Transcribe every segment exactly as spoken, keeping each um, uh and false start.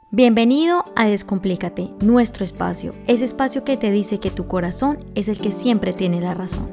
Bienvenido a Descomplícate, nuestro espacio, ese espacio que te dice que tu corazón es el que siempre tiene la razón.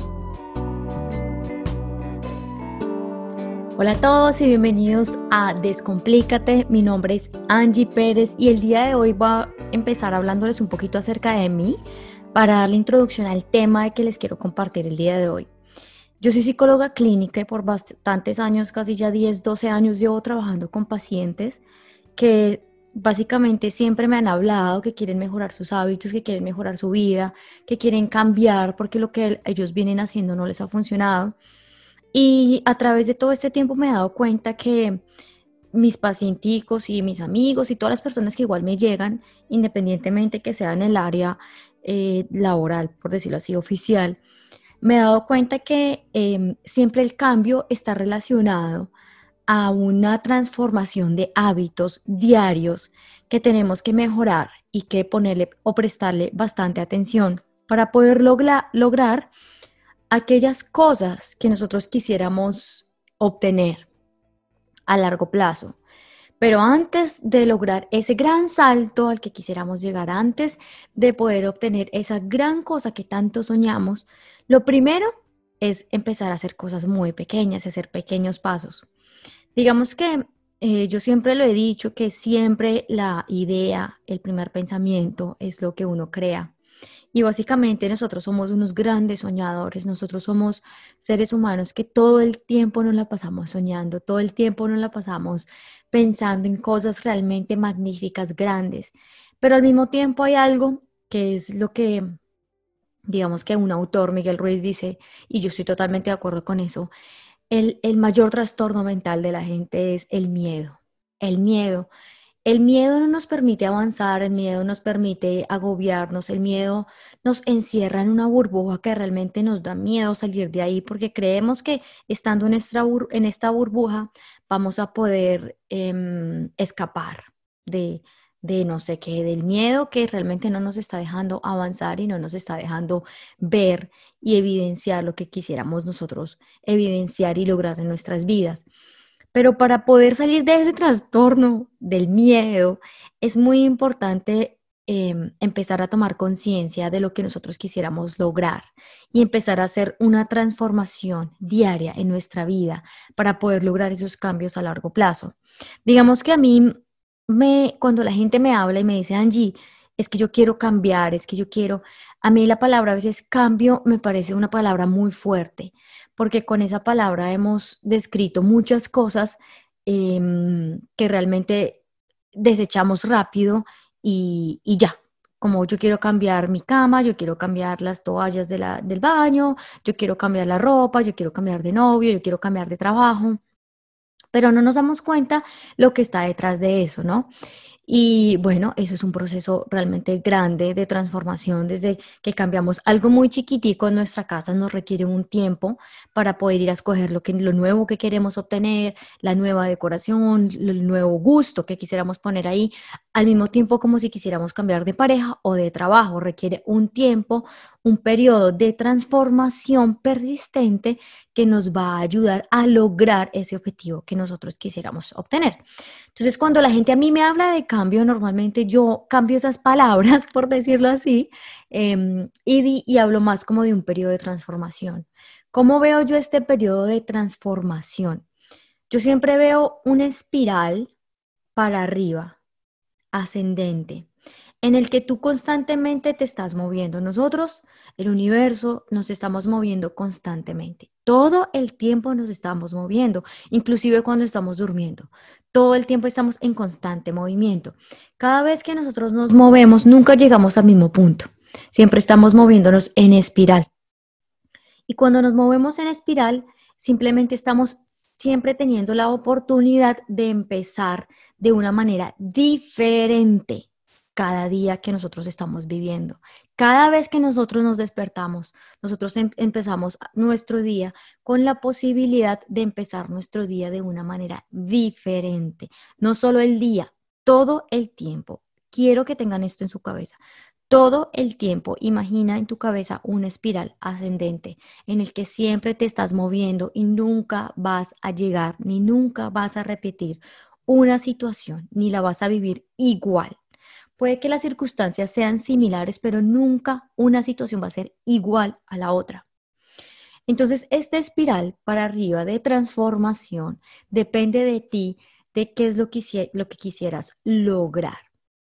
Hola a todos y bienvenidos a Descomplícate. Mi nombre es Angie Pérez y el día de hoy voy a empezar hablándoles un poquito acerca de mí para darle introducción al tema de que les quiero compartir el día de hoy. Yo soy psicóloga clínica y por bastantes años, casi ya diez, doce años, llevo trabajando con pacientes que básicamente siempre me han hablado que quieren mejorar sus hábitos, que quieren mejorar su vida, que quieren cambiar porque lo que ellos vienen haciendo no les ha funcionado. Y a través de todo este tiempo me he dado cuenta que mis pacienticos y mis amigos y todas las personas que igual me llegan, independientemente que sea en el área eh, laboral, por decirlo así, oficial, me he dado cuenta que eh, siempre el cambio está relacionado a una transformación de hábitos diarios que tenemos que mejorar y que ponerle o prestarle bastante atención para poder logra, lograr aquellas cosas que nosotros quisiéramos obtener a largo plazo. Pero antes de lograr ese gran salto al que quisiéramos llegar, antes de poder obtener esa gran cosa que tanto soñamos, lo primero es empezar a hacer cosas muy pequeñas, hacer pequeños pasos. Digamos que eh, yo siempre lo he dicho que siempre la idea, el primer pensamiento es lo que uno crea. Y básicamente nosotros somos unos grandes soñadores, nosotros somos seres humanos que todo el tiempo nos la pasamos soñando, todo el tiempo nos la pasamos pensando en cosas realmente magníficas, grandes. Pero al mismo tiempo hay algo que es lo que, digamos que un autor, Miguel Ruiz, dice, y yo estoy totalmente de acuerdo con eso. El, el mayor trastorno mental de la gente es el miedo. El miedo. El miedo no nos permite avanzar, el miedo nos permite agobiarnos, el miedo nos encierra en una burbuja que realmente nos da miedo salir de ahí porque creemos que estando en esta, bur- en esta burbuja vamos a poder em, escapar de, de no sé qué, del miedo que realmente no nos está dejando avanzar y no nos está dejando ver y evidenciar lo que quisiéramos nosotros evidenciar y lograr en nuestras vidas. Pero para poder salir de ese trastorno del miedo, es muy importante eh, empezar a tomar conciencia de lo que nosotros quisiéramos lograr y empezar a hacer una transformación diaria en nuestra vida para poder lograr esos cambios a largo plazo. Digamos que a mí, me, cuando la gente me habla y me dice, Angie, es que yo quiero cambiar, es que yo quiero, a mí la palabra a veces cambio me parece una palabra muy fuerte porque con esa palabra hemos descrito muchas cosas eh, que realmente desechamos rápido y, y ya. Como yo quiero cambiar mi cama, yo quiero cambiar las toallas de la, del baño, yo quiero cambiar la ropa, yo quiero cambiar de novio, yo quiero cambiar de trabajo, pero no nos damos cuenta lo que está detrás de eso, ¿no? Y bueno, eso es un proceso realmente grande de transformación. Desde que cambiamos algo muy chiquitico en nuestra casa, nos requiere un tiempo para poder ir a escoger lo que, lo nuevo que queremos obtener, la nueva decoración, el nuevo gusto que quisiéramos poner ahí, al mismo tiempo como si quisiéramos cambiar de pareja o de trabajo. Requiere un tiempo, un periodo de transformación persistente que nos va a ayudar a lograr ese objetivo que nosotros quisiéramos obtener. Entonces, cuando la gente a mí me habla de cambio, normalmente yo cambio esas palabras, por decirlo así, eh, y, di, y hablo más como de un periodo de transformación. ¿Cómo veo yo este periodo de transformación? Yo siempre veo una espiral para arriba, ascendente, en el que tú constantemente te estás moviendo. Nosotros, el universo, nos estamos moviendo constantemente. Todo el tiempo nos estamos moviendo, inclusive cuando estamos durmiendo. Todo el tiempo estamos en constante movimiento. Cada vez que nosotros nos movemos, nunca llegamos al mismo punto. Siempre estamos moviéndonos en espiral. Y cuando nos movemos en espiral, simplemente estamos siempre teniendo la oportunidad de empezar de una manera diferente cada día que nosotros estamos viviendo. Cada vez que nosotros nos despertamos, nosotros em empezamos nuestro día con la posibilidad de empezar nuestro día de una manera diferente. No solo el día, todo el tiempo. Quiero que tengan esto en su cabeza. Todo el tiempo, imagina en tu cabeza una espiral ascendente en el que siempre te estás moviendo y nunca vas a llegar ni nunca vas a repetir una situación, ni la vas a vivir igual. Puede que las circunstancias sean similares, pero nunca una situación va a ser igual a la otra. Entonces, esta espiral para arriba de transformación depende de ti, de qué es lo que, lo que quisieras lograr.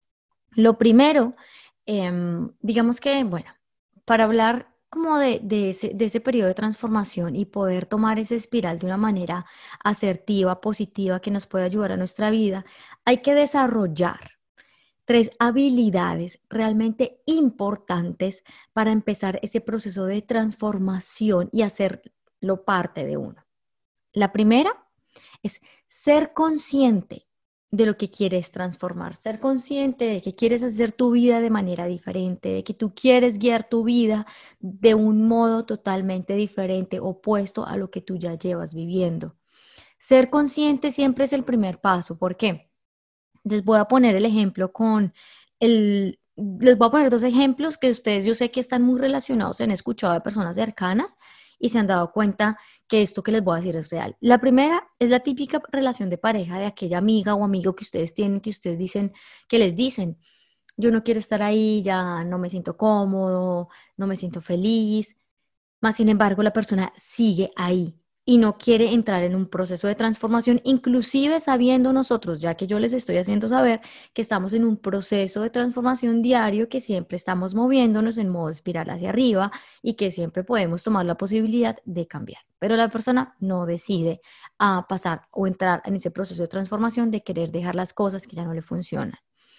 Lo primero, eh, digamos que, bueno, para hablar como de, de, ese, de ese periodo de transformación y poder tomar esa espiral de una manera asertiva, positiva, que nos pueda ayudar a nuestra vida, hay que desarrollar tres habilidades realmente importantes para empezar ese proceso de transformación y hacerlo parte de uno. La primera es ser consciente de lo que quieres transformar, ser consciente de que quieres hacer tu vida de manera diferente, de que tú quieres guiar tu vida de un modo totalmente diferente, opuesto a lo que tú ya llevas viviendo. Ser consciente siempre es el primer paso. ¿Por qué? Les voy a poner el ejemplo con el... Les voy a poner dos ejemplos que ustedes yo sé que están muy relacionados, se han escuchado de personas cercanas y se han dado cuenta que esto que les voy a decir es real. La primera es la típica relación de pareja de aquella amiga o amigo que ustedes tienen, que ustedes dicen, que les dicen, yo no quiero estar ahí, ya no me siento cómodo, no me siento feliz, mas sin embargo la persona sigue ahí y no quiere entrar en un proceso de transformación, inclusive sabiendo nosotros, ya que yo les estoy haciendo saber que estamos en un proceso de transformación diario, que siempre estamos moviéndonos en modo espiral hacia arriba y que siempre podemos tomar la posibilidad de cambiar. Pero la persona no decide a pasar o entrar en ese proceso de transformación de querer dejar las cosas que ya no le funcionan.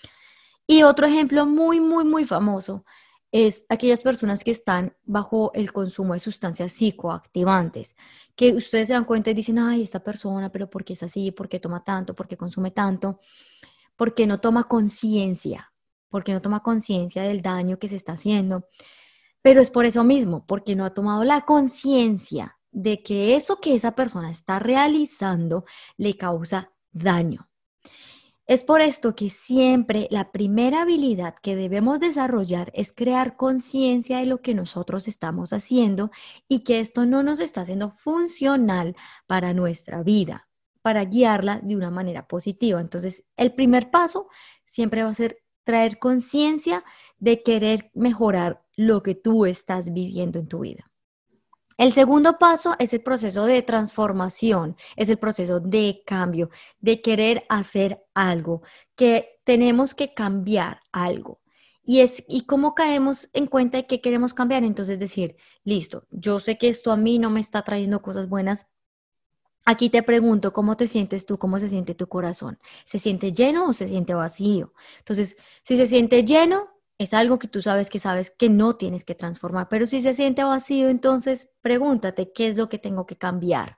Y otro ejemplo muy, muy, muy famoso es aquellas personas que están bajo el consumo de sustancias psicoactivantes, que ustedes se dan cuenta y dicen, ay, esta persona, pero ¿por qué es así? ¿Por qué toma tanto? ¿Por qué consume tanto? ¿Por qué no toma conciencia? ¿Por qué no toma conciencia del daño que se está haciendo? Pero es por eso mismo, porque no ha tomado la conciencia de que eso que esa persona está realizando le causa daño. Es por esto que siempre la primera habilidad que debemos desarrollar es crear conciencia de lo que nosotros estamos haciendo y que esto no nos está haciendo funcional para nuestra vida, para guiarla de una manera positiva. Entonces, el primer paso siempre va a ser traer conciencia de querer mejorar lo que tú estás viviendo en tu vida. El segundo paso es el proceso de transformación, es el proceso de cambio, de querer hacer algo, que tenemos que cambiar algo. Y es y cómo caemos en cuenta de que queremos cambiar, entonces decir, listo, yo sé que esto a mí no me está trayendo cosas buenas. Aquí te pregunto, ¿cómo te sientes tú? ¿Cómo se siente tu corazón? ¿Se siente lleno o se siente vacío? Entonces, si se siente lleno, es algo que tú sabes que sabes que no tienes que transformar, pero si se siente vacío, entonces pregúntate, ¿qué es lo que tengo que cambiar?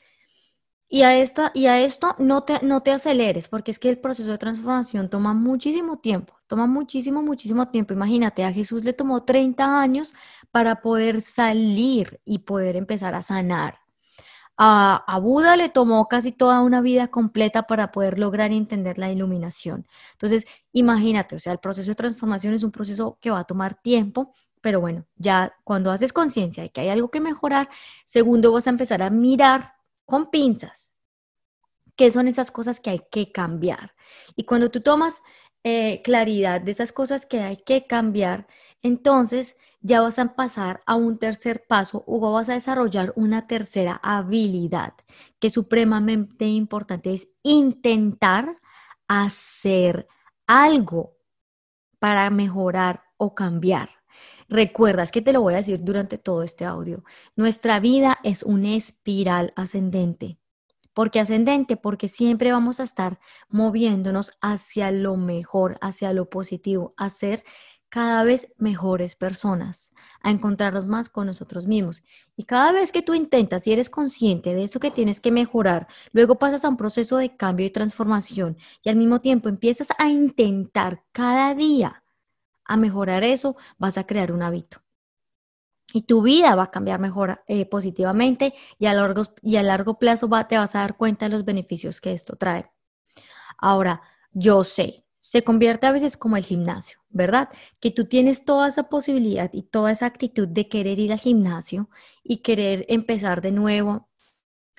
Y a, esta, y a esto no te, no te aceleres, porque es que el proceso de transformación toma muchísimo tiempo, toma muchísimo, muchísimo tiempo. Imagínate, a Jesús le tomó treinta años para poder salir y poder empezar a sanar. A, a Buda le tomó casi toda una vida completa para poder lograr y entender la iluminación. Entonces, imagínate, o sea, el proceso de transformación es un proceso que va a tomar tiempo, pero bueno, ya cuando haces conciencia de que hay algo que mejorar, segundo vas a empezar a mirar con pinzas qué son esas cosas que hay que cambiar. Y cuando tú tomas eh, claridad de esas cosas que hay que cambiar, entonces ya vas a pasar a un tercer paso o vas a desarrollar una tercera habilidad que es supremamente importante, es intentar hacer algo para mejorar o cambiar. Recuerdas que te lo voy a decir durante todo este audio. Nuestra vida es una espiral ascendente. ¿Por qué ascendente? Porque siempre vamos a estar moviéndonos hacia lo mejor, hacia lo positivo, a ser cada vez mejores personas, a encontrarnos más con nosotros mismos. Y cada vez que tú intentas y eres consciente de eso que tienes que mejorar, luego pasas a un proceso de cambio y transformación y al mismo tiempo empiezas a intentar cada día a mejorar eso, vas a crear un hábito. Y tu vida va a cambiar mejor eh, positivamente y a, largo, y a largo plazo va, te vas a dar cuenta de los beneficios que esto trae. Ahora, yo sé, se convierte a veces como el gimnasio, ¿verdad? Que tú tienes toda esa posibilidad y toda esa actitud de querer ir al gimnasio y querer empezar de nuevo,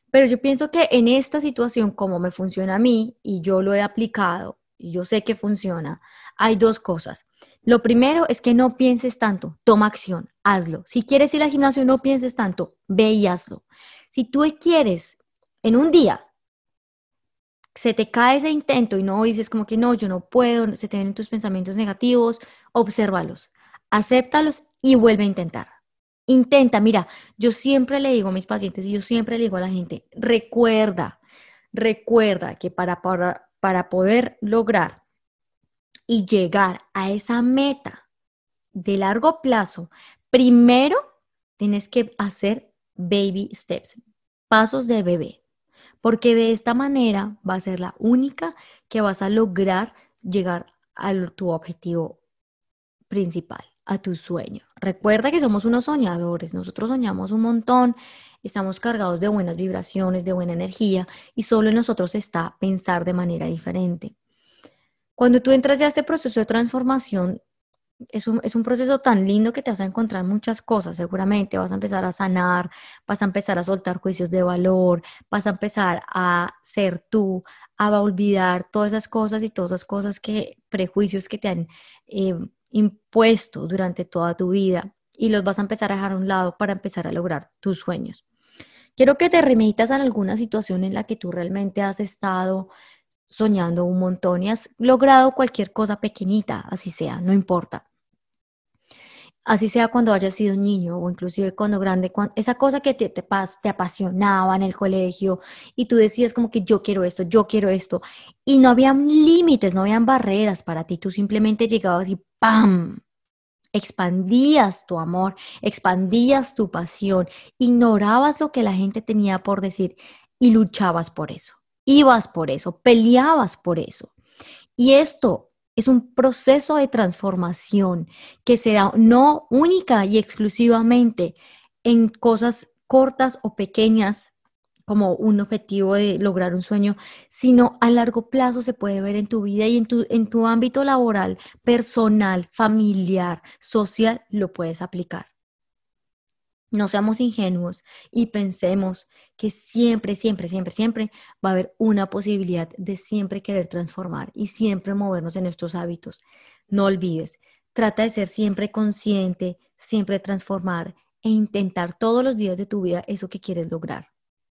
Pero yo pienso que en esta situación, como me funciona a mí y yo lo he aplicado y yo sé que funciona, hay dos cosas. Lo primero es que no pienses tanto, toma acción, hazlo. Si quieres ir al gimnasio, no pienses tanto, ve y hazlo. Si tú quieres en un día, se te cae ese intento y no dices como que no, yo no puedo, se te vienen tus pensamientos negativos, obsérvalos, acéptalos y vuelve a intentar. Intenta, mira, yo siempre le digo a mis pacientes y yo siempre le digo a la gente, recuerda, recuerda que para, para, para poder lograr y llegar a esa meta de largo plazo, primero tienes que hacer baby steps, pasos de bebé, porque de esta manera va a ser la única que vas a lograr llegar a tu objetivo principal, a tu sueño. Recuerda que somos unos soñadores, nosotros soñamos un montón, estamos cargados de buenas vibraciones, de buena energía y solo en nosotros está pensar de manera diferente. Cuando tú entras ya a este proceso de transformación, es un, es un proceso tan lindo que te vas a encontrar muchas cosas, seguramente vas a empezar a sanar, vas a empezar a soltar juicios de valor, vas a empezar a ser tú, a olvidar todas esas cosas y todas esas cosas que, prejuicios que te han eh, impuesto durante toda tu vida y los vas a empezar a dejar a un lado para empezar a lograr tus sueños. Quiero que te remitas a alguna situación en la que tú realmente has estado soñando un montón y has logrado cualquier cosa pequeñita, así sea, no importa. Así sea cuando hayas sido un niño o inclusive cuando grande, cuando, esa cosa que te, te, te apasionaba en el colegio y tú decías como que yo quiero esto, yo quiero esto y no habían límites, no habían barreras para ti, tú simplemente llegabas y ¡pam! Expandías tu amor, expandías tu pasión, ignorabas lo que la gente tenía por decir y luchabas por eso, ibas por eso, peleabas por eso. Y esto es un proceso de transformación que se da no única y exclusivamente en cosas cortas o pequeñas como un objetivo de lograr un sueño, sino a largo plazo se puede ver en tu vida y en tu, en tu ámbito laboral, personal, familiar, social, lo puedes aplicar. No seamos ingenuos y pensemos que siempre, siempre, siempre, siempre va a haber una posibilidad de siempre querer transformar y siempre movernos en nuestros hábitos. No olvides, trata de ser siempre consciente, siempre transformar e intentar todos los días de tu vida eso que quieres lograr.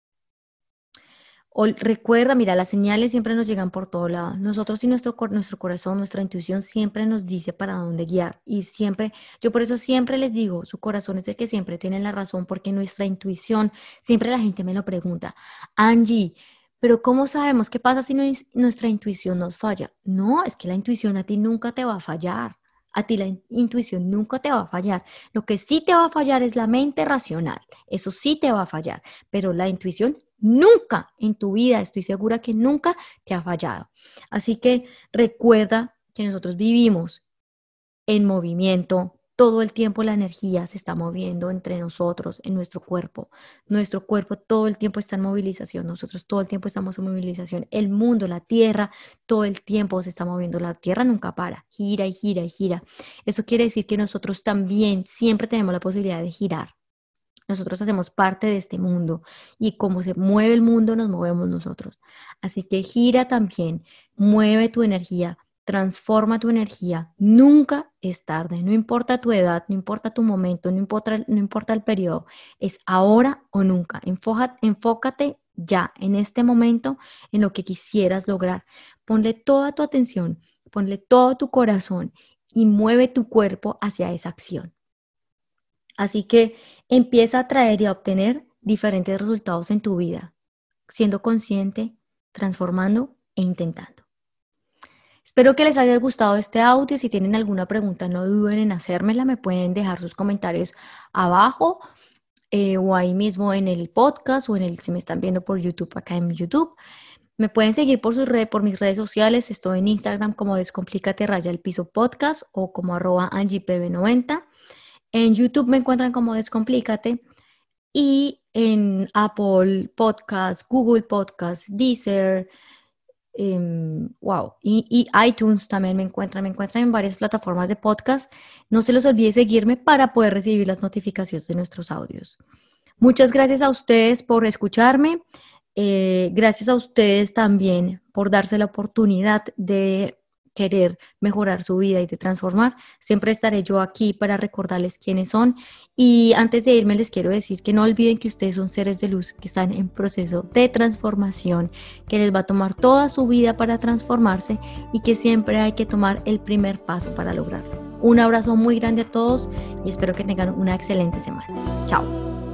O recuerda, mira, las señales siempre nos llegan por todo lado. Nosotros y nuestro, nuestro corazón, nuestra intuición siempre nos dice para dónde guiar. Y siempre, yo por eso siempre les digo, su corazón es el que siempre tiene la razón, porque nuestra intuición, siempre la gente me lo pregunta, Angie, pero ¿cómo sabemos qué pasa si no, nuestra intuición nos falla? No, es que la intuición a ti nunca te va a fallar. A ti la in- intuición nunca te va a fallar. Lo que sí te va a fallar es la mente racional. Eso sí te va a fallar, pero la intuición nunca en tu vida, estoy segura que nunca te ha fallado. Así que recuerda que nosotros vivimos en movimiento. Todo el tiempo la energía se está moviendo entre nosotros, en nuestro cuerpo. Nuestro cuerpo todo el tiempo está en movilización. Nosotros todo el tiempo estamos en movilización. El mundo, la tierra, todo el tiempo se está moviendo. La tierra nunca para, gira y gira y gira. Eso quiere decir que nosotros también siempre tenemos la posibilidad de girar. Nosotros hacemos parte de este mundo y como se mueve el mundo, nos movemos nosotros. Así que gira también, mueve tu energía, transforma tu energía. Nunca es tarde, no importa tu edad, no importa tu momento, no importa, no importa el periodo, es ahora o nunca. Enfoca, enfócate ya en este momento en lo que quisieras lograr. Ponle toda tu atención, ponle todo tu corazón y mueve tu cuerpo hacia esa acción. Así que empieza a traer y a obtener diferentes resultados en tu vida, siendo consciente, transformando e intentando. Espero que les haya gustado este audio. Si tienen alguna pregunta, no duden en hacérmela. Me pueden dejar sus comentarios abajo eh, o ahí mismo en el podcast o en el, si me están viendo por YouTube, acá en YouTube. Me pueden seguir por, sus redes, por mis redes sociales. Estoy en Instagram como Descomplícate Raya el Piso Podcast o como arroba Angie P B noventa. En YouTube me encuentran como Descomplícate y en Apple Podcasts, Google Podcasts, Deezer, um, wow, y, y iTunes también me encuentran, me encuentran en varias plataformas de podcast. No se les olvide seguirme para poder recibir las notificaciones de nuestros audios. Muchas gracias a ustedes por escucharme. Eh, gracias a ustedes también por darse la oportunidad de querer mejorar su vida y de transformar. Siempre estaré yo aquí para recordarles quiénes son. Y antes de irme les quiero decir que no olviden que ustedes son seres de luz que están en proceso de transformación, que les va a tomar toda su vida para transformarse y que siempre hay que tomar el primer paso para lograrlo. Un abrazo muy grande a todos y espero que tengan una excelente semana. Chao.